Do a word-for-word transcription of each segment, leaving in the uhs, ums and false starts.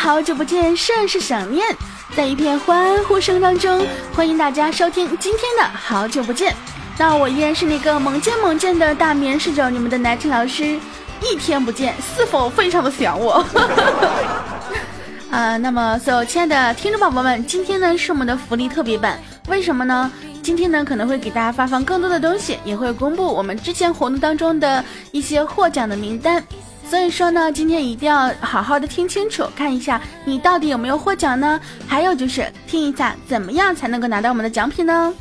好久不见，甚是想念。在一片欢呼声当中，欢迎大家收听今天的好久不见。那我依然是那个猛见猛见的大棉视角，你们的奶青老师。一天不见，是否非常的想我？啊，那么所有亲爱的听众宝宝们，今天呢是我们的福利特别版，为什么呢？今天呢可能会给大家发放更多的东西，也会公布我们之前活动当中的一些获奖的名单。所以说呢，今天一定要好好的听清楚，看一下你到底有没有获奖呢？还有就是听一下怎么样才能够拿到我们的奖品呢？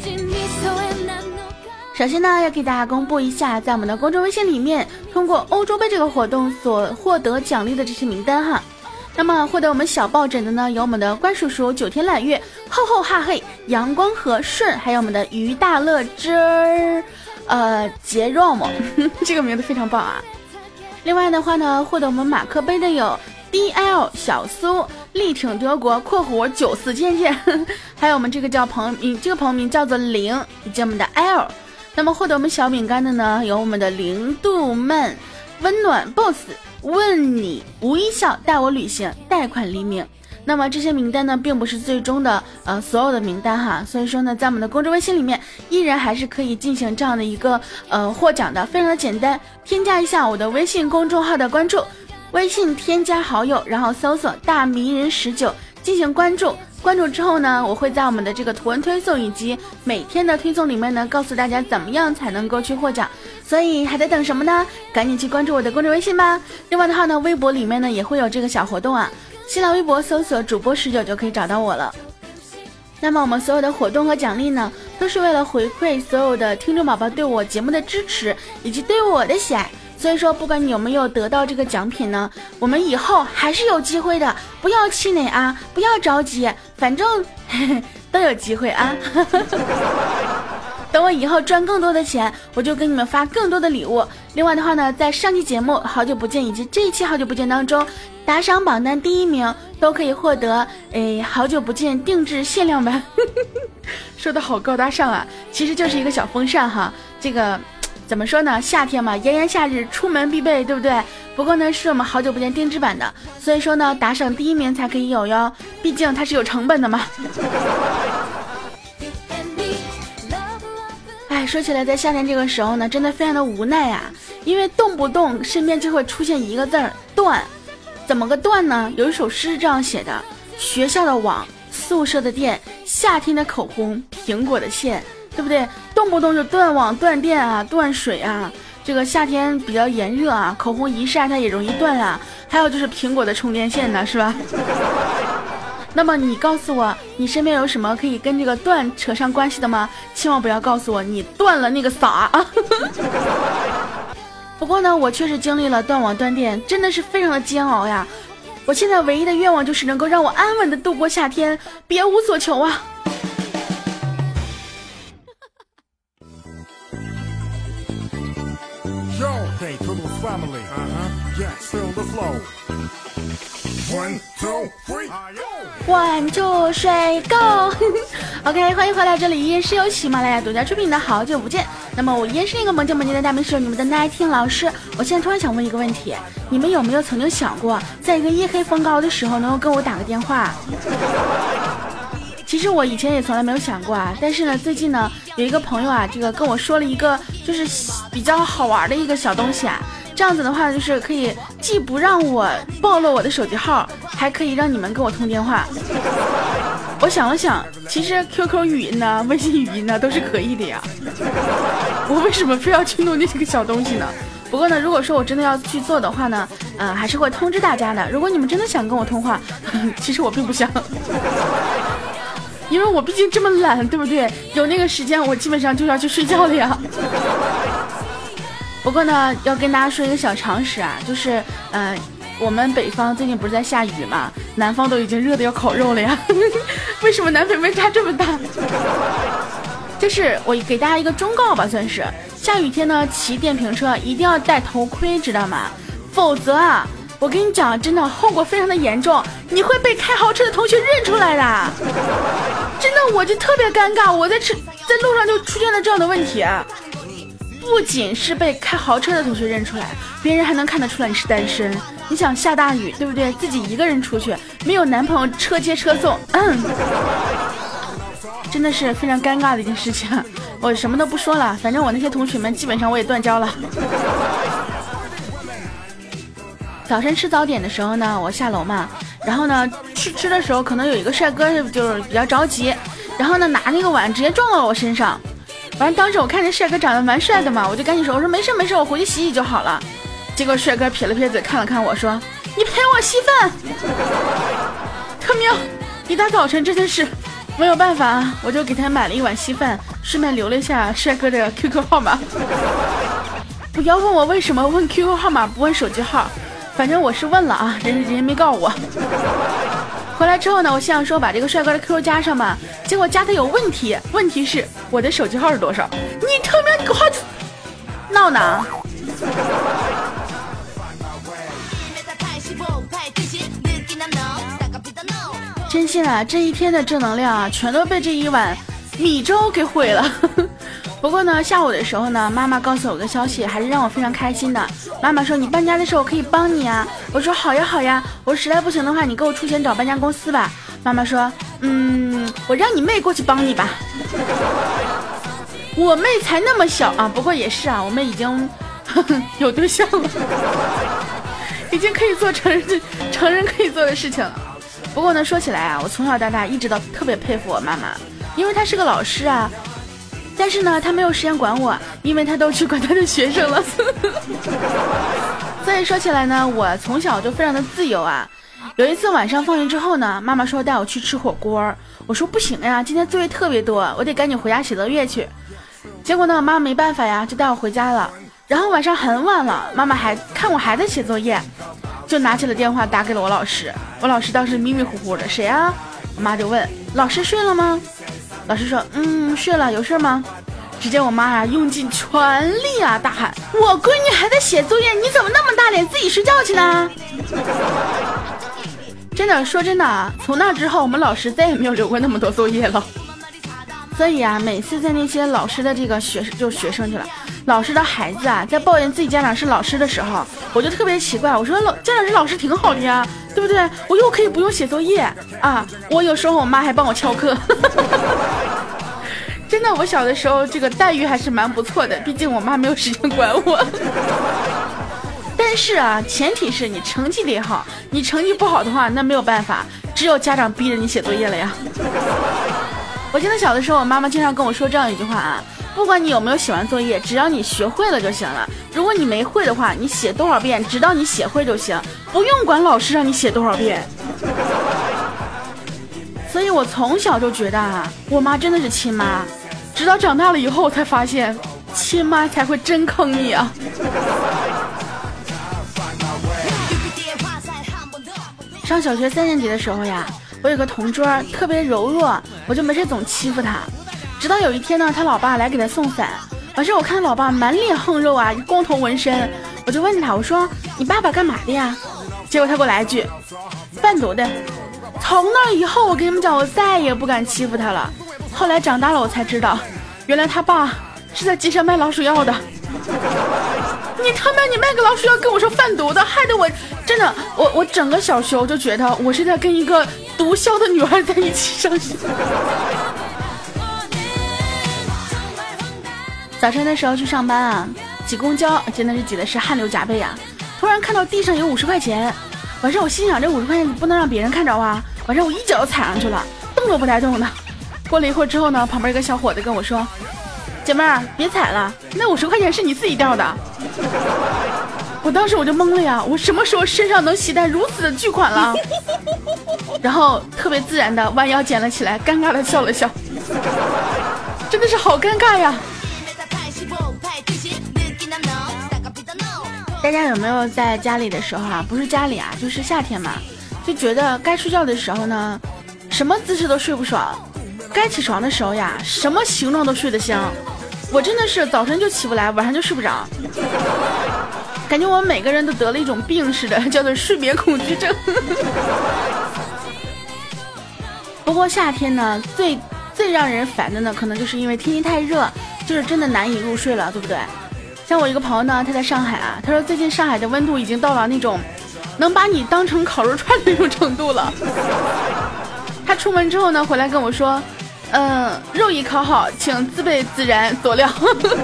首先呢，要给大家公布一下，在我们的公众微信里面，通过欧洲杯这个活动所获得奖励的这些名单哈。那么获得我们小抱枕的呢，有我们的关叔叔、九天揽月、厚厚哈嘿、阳光和顺，还有我们的于大乐之儿，呃，杰 rom， 这个名字非常棒啊。另外的话呢，获得我们马克杯的有 D L 小苏、力挺德国（括弧九四渐渐），还有我们这个叫朋友名，这个朋友名叫做零，以及我们的 L。那么获得我们小饼干的呢，有我们的零度曼、温暖 boss、问你、无一笑、带我旅行、贷款黎明。那么这些名单呢，并不是最终的呃所有的名单哈，所以说呢，在我们的公众微信里面，依然还是可以进行这样的一个呃获奖的，非常的简单，添加一下我的微信公众号的关注，微信添加好友，然后搜索大迷人十九进行关注。关注之后呢，我会在我们的这个图文推送以及每天的推送里面呢，告诉大家怎么样才能够去获奖，所以还在等什么呢？赶紧去关注我的公众微信吧。另外的话呢，微博里面呢也会有这个小活动啊，新浪微博搜索主播十九就可以找到我了。那么我们所有的活动和奖励呢，都是为了回馈所有的听众宝宝对我节目的支持以及对我的喜爱。所以说不管你有没有得到这个奖品呢，我们以后还是有机会的，不要气馁啊，不要着急，反正呵呵都有机会啊。等我以后赚更多的钱，我就给你们发更多的礼物。另外的话呢，在上期节目好久不见以及这一期好久不见当中，打赏榜单第一名都可以获得诶好久不见定制限量版。说的好高大上啊，其实就是一个小风扇哈，这个怎么说呢？夏天嘛，炎炎夏日出门必备，对不对？不过呢，是我们好久不见定制版的，所以说呢，打赏第一名才可以有哟，毕竟它是有成本的嘛。哎，说起来，在夏天这个时候呢，真的非常的无奈啊，因为动不动身边就会出现一个字儿断。怎么个断呢？有一首诗这样写的：学校的网，宿舍的电，夏天的口红，苹果的线。对不对？动不动就断网断电啊，断水啊，这个夏天比较炎热啊，口红一晒它也容易断啊，还有就是苹果的充电线呢，是吧？那么你告诉我，你身边有什么可以跟这个断扯上关系的吗？千万不要告诉我你断了那个洒啊。不过呢，我确实经历了断网断电，真的是非常的煎熬呀。我现在唯一的愿望就是能够让我安稳的度过夏天，别无所求啊。 Hey, Toodles family. Uh-huh. Yes, feel the flow. One, two, three. One, two, three, go. OK， 欢迎回来，这里依然是由喜马拉雅独家出品的好久不见。那么我依然是那个萌见萌见的大明是你们的耐听老师。我现在突然想问一个问题，你们有没有曾经想过，在一个夜黑风高的时候能够跟我打个电话？其实我以前也从来没有想过啊，但是呢，最近呢，有一个朋友啊，这个跟我说了一个就是比较好玩的一个小东西啊，这样子的话就是可以既不让我暴露我的手机号，还可以让你们跟我通电话。我想了想，其实 Q Q 语音呢、微信语音呢都是可以的呀，我为什么非要去弄这个小东西呢？不过呢，如果说我真的要去做的话呢，呃，还是会通知大家的。如果你们真的想跟我通话，其实我并不想。因为我毕竟这么懒，对不对？有那个时间我基本上就要去睡觉了呀。不过呢，要跟大家说一个小常识啊，就是呃我们北方最近不是在下雨嘛，南方都已经热的要烤肉了呀。为什么南北温差这么大？就是我给大家一个忠告吧，算是下雨天呢，骑电瓶车一定要戴头盔，知道吗？否则啊，我跟你讲，真的后果非常的严重，你会被开豪车的同学认出来的。真的，我就特别尴尬，我在车在路上就出现了这样的问题。 不仅是被开豪车的同学认出来，别人还能看得出来你是单身。你想下大雨，对不对？自己一个人出去，没有男朋友车接车送，嗯，真的是非常尴尬的一件事情。我什么都不说了，反正我那些同学们基本上我也断交了。早晨吃早点的时候呢，我下楼嘛，然后呢去吃的时候，可能有一个帅哥就是比较着急，然后呢拿那个碗直接撞到了我身上。反正当时我看这帅哥长得蛮帅的嘛，我就赶紧说，我说没事没事，我回去洗洗就好了。结果帅哥撇了撇嘴，看了看我说，你陪我稀饭。特喵，一大早晨真的是没有办法，我就给他买了一碗稀饭，顺便留了一下帅哥的 Q Q 号码。不要问我为什么问 Q Q 号码不问手机号，反正我是问了啊，人人家没告我。回来之后呢，我想说把这个帅哥的 Q Q 加上嘛，结果加他有问题，问题是我的手机号是多少？你特喵你个话闹呢？真心啊，这一天的正能量啊，全都被这一碗米粥给毁了。不过呢，下午的时候呢，妈妈告诉我个消息，还是让我非常开心的。妈妈说你搬家的时候我可以帮你啊。我说好呀好呀。我说实在不行的话，你给我出钱找搬家公司吧。妈妈说，嗯，我让你妹过去帮你吧。我妹才那么小啊，不过也是啊，我妹已经呵呵有对象了，已经可以做成人成人可以做的事情了。不过呢，说起来啊，我从小到大一直都特别佩服我妈妈，因为她是个老师啊。但是呢，他没有时间管我，因为他都去管他的学生了。所以说起来呢，我从小就非常的自由啊。有一次晚上放学之后呢，妈妈说带我去吃火锅，我说不行呀，今天作业特别多，我得赶紧回家写作业去。结果呢，我妈没办法呀，就带我回家了。然后晚上很晚了，妈妈还看我还在写作业，就拿起了电话打给了我老师。我老师当时迷迷糊糊的，谁啊？我妈就问老师睡了吗？老师说嗯睡了，有事吗？只见我妈啊用尽全力啊大喊，我闺女还在写作业，你怎么那么大脸自己睡觉去呢？真的说真的啊，从那之后我们老师再也没有留过那么多作业了。所以啊，每次在那些老师的这个学生就学生去了，老师的孩子啊在抱怨自己家长是老师的时候，我就特别奇怪，我说老家长是老师挺好的呀，对不对？我又可以不用写作业啊，我有时候我妈还帮我翘课。真的，我小的时候这个待遇还是蛮不错的，毕竟我妈没有时间管我。但是啊，前提是你成绩得好，你成绩不好的话，那没有办法，只有家长逼着你写作业了呀。我记得小的时候，我妈妈经常跟我说这样一句话啊，不管你有没有写完作业，只要你学会了就行了。如果你没会的话，你写多少遍，直到你写会就行，不用管老师让你写多少遍。所以我从小就觉得啊，我妈真的是亲妈，直到长大了以后才发现，亲妈才会真坑你啊。上小学三年级的时候呀，我有个同桌特别柔弱，我就没事总欺负他。直到有一天呢，他老爸来给他送伞，完事我看他老爸满脸横肉啊，光头纹身，我就问他，我说你爸爸干嘛的呀？结果他给我来一句，贩毒的。从那以后，我跟你们讲，我再也不敢欺负他了。后来长大了，我才知道，原来他爸是在街上卖老鼠药的。你他妈，你卖个老鼠药跟我说贩毒的，害得我真的，我我整个小学我就觉得我是在跟一个毒枭的女孩在一起上学。早晨的时候去上班啊，挤公交真的是挤的是汗流浃背啊。突然看到地上有五十块钱，晚上我心想这五十块钱不能让别人看着啊，晚上我一脚踩上去了，动都不带动的。过了一会儿之后呢，旁边一个小伙子跟我说，姐妹儿别踩了，那五十块钱是你自己掉的。我当时我就懵了呀，我什么时候身上能携带如此的巨款了？然后特别自然的弯腰捡了起来，尴尬的笑了笑，真的是好尴尬呀。大家有没有在家里的时候啊，不是家里啊，就是夏天嘛，就觉得该睡觉的时候呢，什么姿势都睡不爽，该起床的时候呀，什么形状都睡得香。我真的是早晨就起不来，晚上就睡不着，感觉我们每个人都得了一种病似的，叫做睡眠恐惧症。不过夏天呢，最最让人烦的呢，可能就是因为天气太热，就是真的难以入睡了，对不对？ 像我一个朋友呢，他在上海啊，他说最近上海的温度已经到了那种能把你当成烤肉串的那种程度了。他出门之后呢，回来跟我说，嗯，肉已烤好，请自备孜然佐料。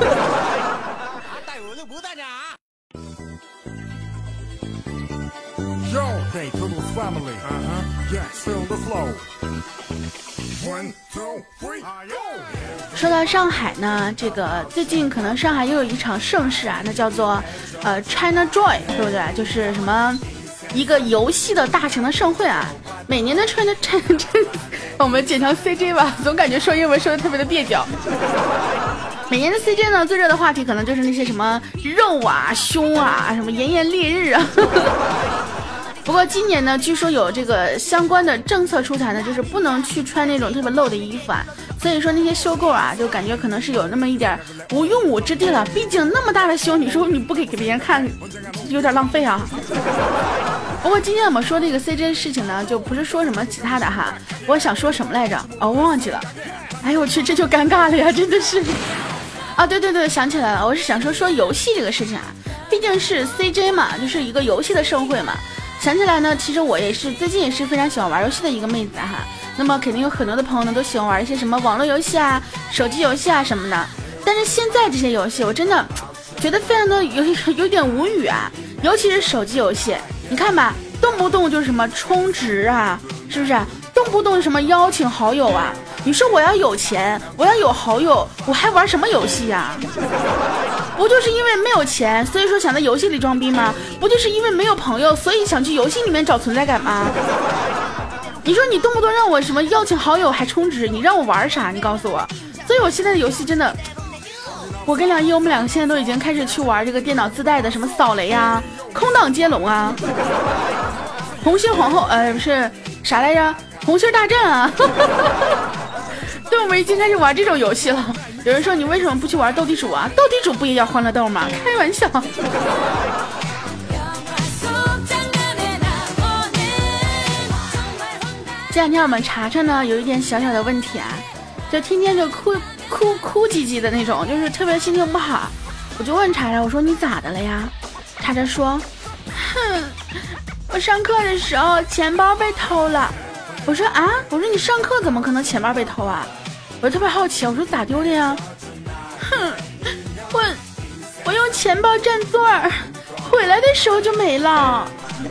说到上海呢，这个最近可能上海又有一场盛事啊，那叫做呃 China Joy， 对不对？就是什么一个游戏的大型的盛会啊。每年的 China China， 我们简称 C J 吧，总感觉说英文说的特别的蹩脚。每年的 C J 呢，最热的话题可能就是那些什么肉啊、胸啊、什么炎炎烈日啊。不过今年呢，据说有这个相关的政策出台呢，就是不能去穿那种特别露的衣服啊。所以说那些修购啊，就感觉可能是有那么一点无用武之地了。毕竟那么大的胸，你说你不给给别人看，有点浪费啊。不过今天我们说这个 C J 事情呢，就不是说什么其他的哈。我想说什么来着？哦，我忘记了。哎呦我去，这就尴尬了呀，真的是。啊，对对对，想起来了，我是想说说游戏这个事情啊，毕竟是 C J 嘛，就是一个游戏的盛会嘛。想起来呢，其实我也是最近也是非常喜欢玩游戏的一个妹子哈。那么肯定有很多的朋友呢都喜欢玩一些什么网络游戏啊、手机游戏啊什么的。但是现在这些游戏，我真的觉得非常的有有点无语啊，尤其是手机游戏。你看吧，动不动就是什么充值啊，是不是？动不动什么邀请好友啊。你说我要有钱，我要有好友，我还玩什么游戏呀？不就是因为没有钱，所以说想在游戏里装逼吗？不就是因为没有朋友，所以想去游戏里面找存在感吗？你说你动不动让我什么邀请好友还充值，你让我玩啥？你告诉我。所以我现在的游戏真的，我跟梁一我们两个现在都已经开始去玩这个电脑自带的什么扫雷啊、空档接龙啊、红心皇后，呃，不是啥来着？红心大战啊。对，我们已经开始玩这种游戏了。有人说你为什么不去玩斗地主啊？斗地主不也叫欢乐豆吗？开玩笑。这两天我们查查呢有一点小小的问题啊，就天天就哭哭哭唧唧的那种，就是特别心情不好。我就问查查，我说你咋的了呀？查查说，哼，我上课的时候钱包被偷了。我说啊，我说你上课怎么可能钱包被偷啊？我就特别好奇，我说咋丢的呀？哼，我我用钱包占座儿，回来的时候就没了。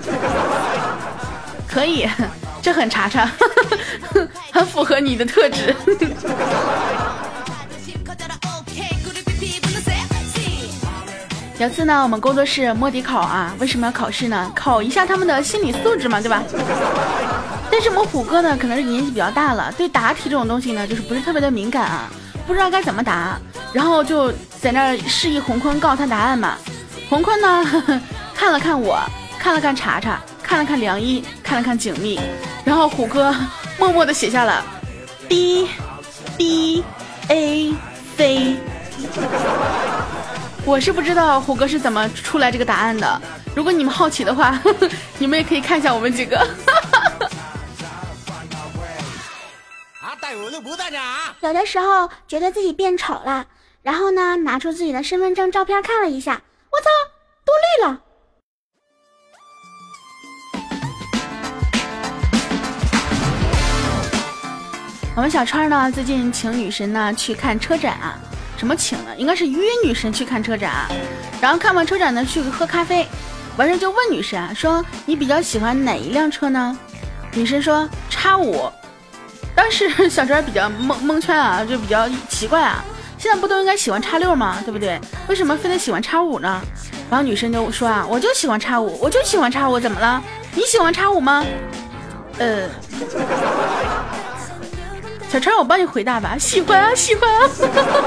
可以，这很查查，很符合你的特质。有次呢，我们工作室摸底考啊，为什么要考试呢？考一下他们的心理素质嘛，对吧？但是我们虎哥呢，可能是年纪比较大了，对答题这种东西呢，就是不是特别的敏感啊，不知道该怎么答，然后就在那示意洪坤告诉他答案嘛。洪坤呢，呵呵看了看我，看了看查查，看了看梁一，看了看景密，然后虎哥默默的写下了 B B A C。我是不知道虎哥是怎么出来这个答案的，如果你们好奇的话，呵呵你们也可以看一下我们几个。 有的时候觉得自己变丑了，然后呢拿出自己的身份证照片看了一下，我操，多绿了。 我们小川呢最近请女神呢去看车展啊，什么请呢？应该是约女神去看车展啊，然后看完车展呢去喝咖啡，完事就问女神啊说你比较喜欢哪一辆车呢？女神说叉五。当时小川比较蒙蒙圈啊，就比较奇怪啊，现在不都应该喜欢叉六吗？对不对？为什么非得喜欢叉五呢？然后女生就说啊，我就喜欢叉五，我就喜欢叉五，怎么了？你喜欢叉五吗？呃，小川，我帮你回答吧，喜欢啊，喜欢啊。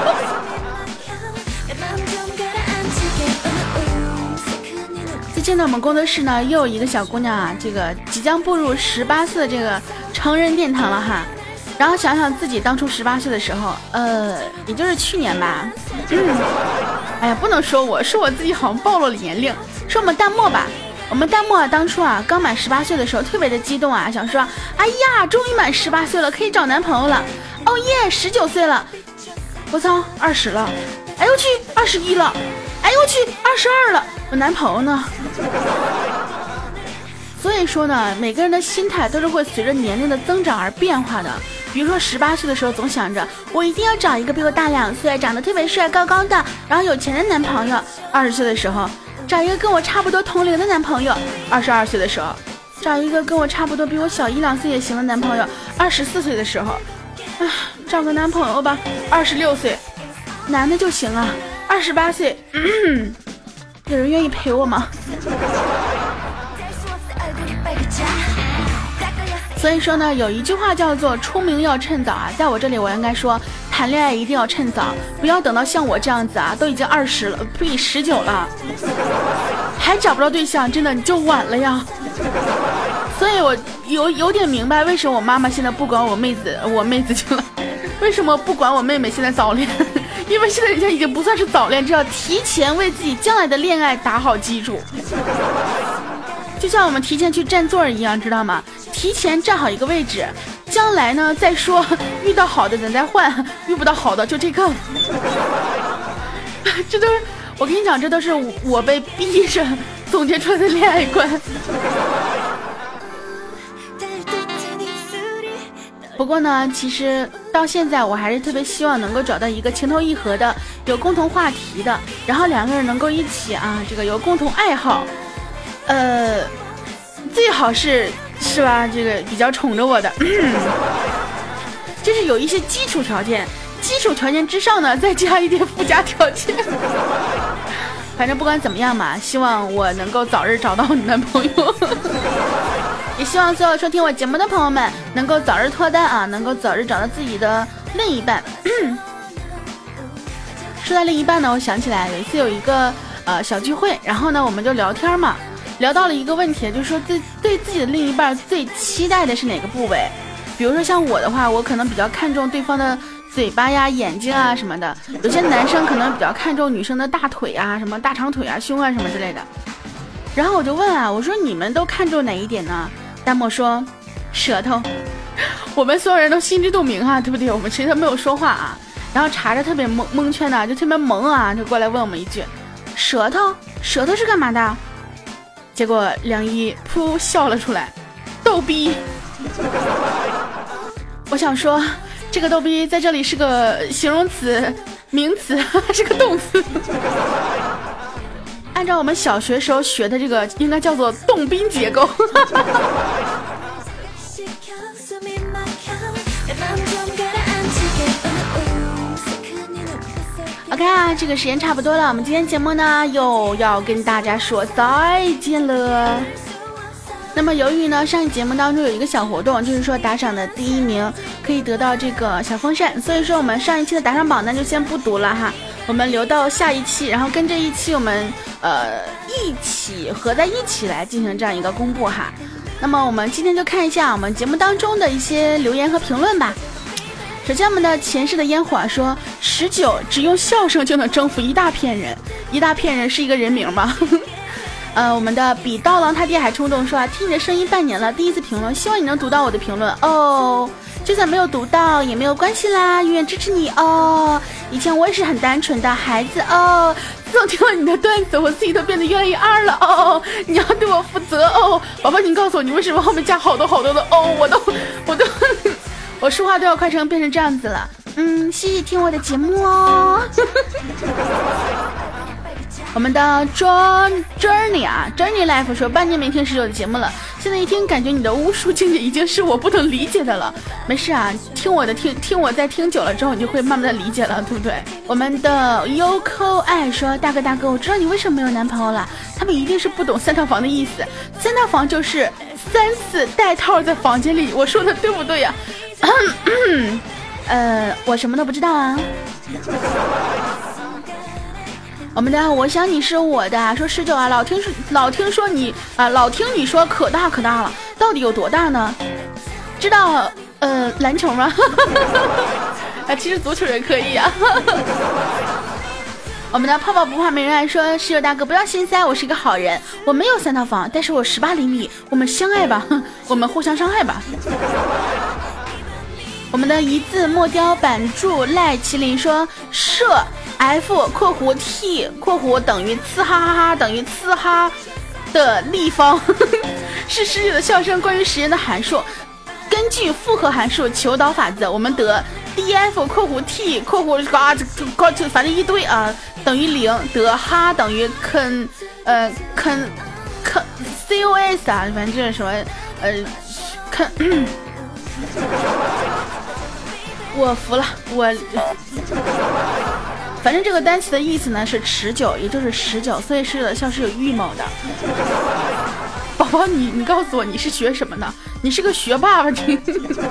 最近呢，我们工作室呢又有一个小姑娘啊，这个即将步入十八岁的这个成人殿堂了哈。然后想想自己当初十八岁的时候，呃，也就是去年吧。嗯，哎呀，不能说我，说我自己好像暴露了年龄。说我们弹幕吧，我们弹幕啊，当初啊刚满十八岁的时候特别的激动啊，想说，哎呀，终于满十八岁了，可以找男朋友了。哦耶，十九岁了，我操，二十了。哎呦去，二十一了。哎呦去，二十二了，我男朋友呢？所以说呢，每个人的心态都是会随着年龄的增长而变化的。比如说十八岁的时候总想着我一定要找一个比我大两岁，长得特别帅，高高的，然后有钱的男朋友。二十岁的时候找一个跟我差不多同龄的男朋友。二十二岁的时候找一个跟我差不多比我小一两岁也行的男朋友。二十四岁的时候唉，找个男朋友吧。二十六岁男的就行啊。二十八岁、嗯、有人愿意陪我吗？所以说呢，有一句话叫做出名要趁早啊，在我这里我应该说谈恋爱一定要趁早，不要等到像我这样子啊，都已经二十了，呸，十九了，还找不到对象，真的你就晚了呀。所以我有有点明白为什么我妈妈现在不管我妹子，我妹子去了，为什么不管我妹妹现在早恋，因为现在人家已经不算是早恋，只要提前为自己将来的恋爱打好基础。就像我们提前去占座一样，知道吗？提前站好一个位置，将来呢再说，遇到好的咱再换，遇不到好的就这个。这都是我跟你讲，这都是我被逼着总结出来的恋爱观。不过呢，其实到现在我还是特别希望能够找到一个情投意合的，有共同话题的，然后两个人能够一起啊，这个有共同爱好，呃，最好是是吧？这个比较宠着我的，就是有一些基础条件，基础条件之上呢，再加一点附加条件。反正不管怎么样嘛，希望我能够早日找到你男朋友。也希望所有收听我节目的朋友们能够早日脱单啊，能够早日找到自己的另一半。说到另一半呢，我想起来有一次有一个呃小聚会，然后呢我们就聊天嘛，聊到了一个问题，就是说对对自己的另一半最期待的是哪个部位。比如说像我的话，我可能比较看重对方的嘴巴呀、眼睛啊什么的，有些男生可能比较看重女生的大腿啊、什么大长腿啊、胸啊什么之类的。然后我就问啊，我说你们都看重哪一点呢？弹幕说舌头。我们所有人都心知肚明啊，对不对？我们谁都没有说话啊。然后查着特别蒙蒙圈的，就特别萌啊，就过来问我们一句：舌头？舌头是干嘛的？结果梁一噗笑了出来，逗逼。我想说，这个逗逼在这里是个形容词、名词，是个动词。按照我们小学时候学的这个，应该叫做动宾结构。OK 啊，这个时间差不多了，我们今天节目呢又要跟大家说再见了。那么由于呢上一节目当中有一个小活动，就是说打赏的第一名可以得到这个小风扇，所以说我们上一期的打赏榜单就先不读了哈，我们留到下一期，然后跟这一期我们呃一起合在一起来进行这样一个公布哈。那么我们今天就看一下我们节目当中的一些留言和评论吧。首先我们的前世的烟火说，十九只用笑声就能征服一大片人，一大片人是一个人名吗？呃，我们的比刀郎他爹还冲动说啊，听你的声音半年了，第一次评论，希望你能读到我的评论哦。就算没有读到也没有关系啦，永远支持你哦。以前我也是很单纯的孩子哦，自从听了你的段子，我自己都变得越来越二了哦。你要对我负责哦，宝宝，你告诉我你为什么后面加好多好多的哦，我都我都我说话都要快成变成这样子了。嗯，谢谢听我的节目哦。我们的 John Journey 啊 Journey Life 说，半年没听十九的节目了，现在一听感觉你的巫术境界已经是我不能理解的了。没事啊，听我的听听我在听久了之后，你就会慢慢的理解了，对不对？我们的 Yoko 爱说，大哥大哥，我知道你为什么没有男朋友了，他们一定是不懂三套房的意思，三套房就是三次带套在房间里，我说的对不对呀、啊？呃，我什么都不知道啊。我们的我想你是我的说十九啊，老听说老听说你啊，老听你说可大可大了，到底有多大呢？知道呃篮球吗？啊，其实足球也可以啊。我们的泡泡不怕没人爱说，十九大哥不要心塞，我是一个好人，我没有三套房，但是我十八厘米，我们相爱吧，我们互相伤害吧。我们的一字墨雕板柱赖麒麟说，射 f 括弧 t 括弧等于呲哈哈哈等于呲哈的立方是实际的笑声关于实验的函数。根据复合函数求导法则，我们得 df 括弧 t 括弧啊，反正一堆啊，等于零，得哈等于 con 呃 con con cos 啊，反正这是什么呃 con 我服了，我反正这个单词的意思呢是持久，也就是十九，所以是像是有预谋的。宝宝，你你告诉我你是学什么呢？你是个学霸吧你？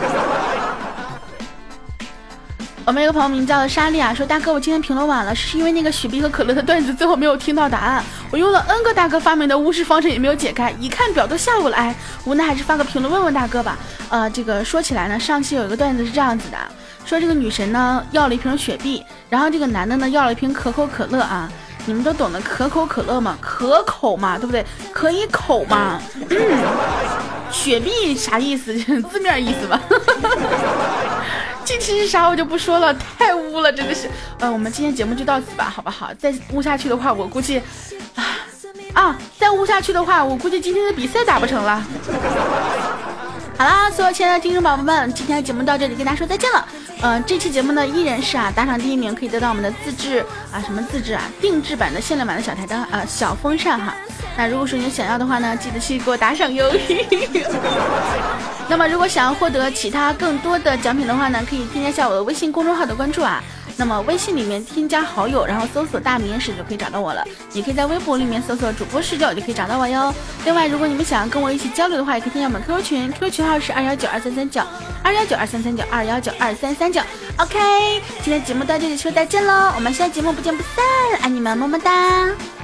我们有个朋友名叫莎莉亚说，大哥我今天评论晚了，是因为那个雪碧和可乐的段子最后没有听到答案，我用了 N 个大哥发明的巫师方程也没有解开，一看表都下午了，哎，无奈还是发个评论问问大哥吧。呃，这个说起来呢，上期有一个段子是这样子的，说这个女神呢要了一瓶雪碧，然后这个男的呢要了一瓶可口可乐啊。你们都懂得可口可乐吗？可口嘛，对不对？可以口嘛。嗯，雪碧啥意思？字面意思吧。具体是啥我就不说了，太污了，真的是。呃，我们今天节目就到此吧，好不好？再污下去的话，我估计啊啊，再污下去的话，我估计今天的比赛打不成了。好啦，所有亲爱的听众宝宝们，今天的节目到这里跟大家说再见了。呃，这期节目呢依然是啊打赏第一名可以得到我们的自制啊什么自制啊定制版的限量版的小台灯啊小风扇哈。那如果说你想要的话呢，记得去给我打赏哟。那么如果想要获得其他更多的奖品的话呢，可以添加一下我的微信公众号的关注啊。那么微信里面添加好友，然后搜索大名时就可以找到我了。也可以在微博里面搜索主播视角就可以找到我哟。另外，如果你们想要跟我一起交流的话，也可以添加我们 Q Q 群 ，Q Q 群号是二幺九二三三九二幺九二三三九二幺九二三三九。OK， 今天节目到这里说再见喽，我们下期节目不见不散，爱你们，么么哒。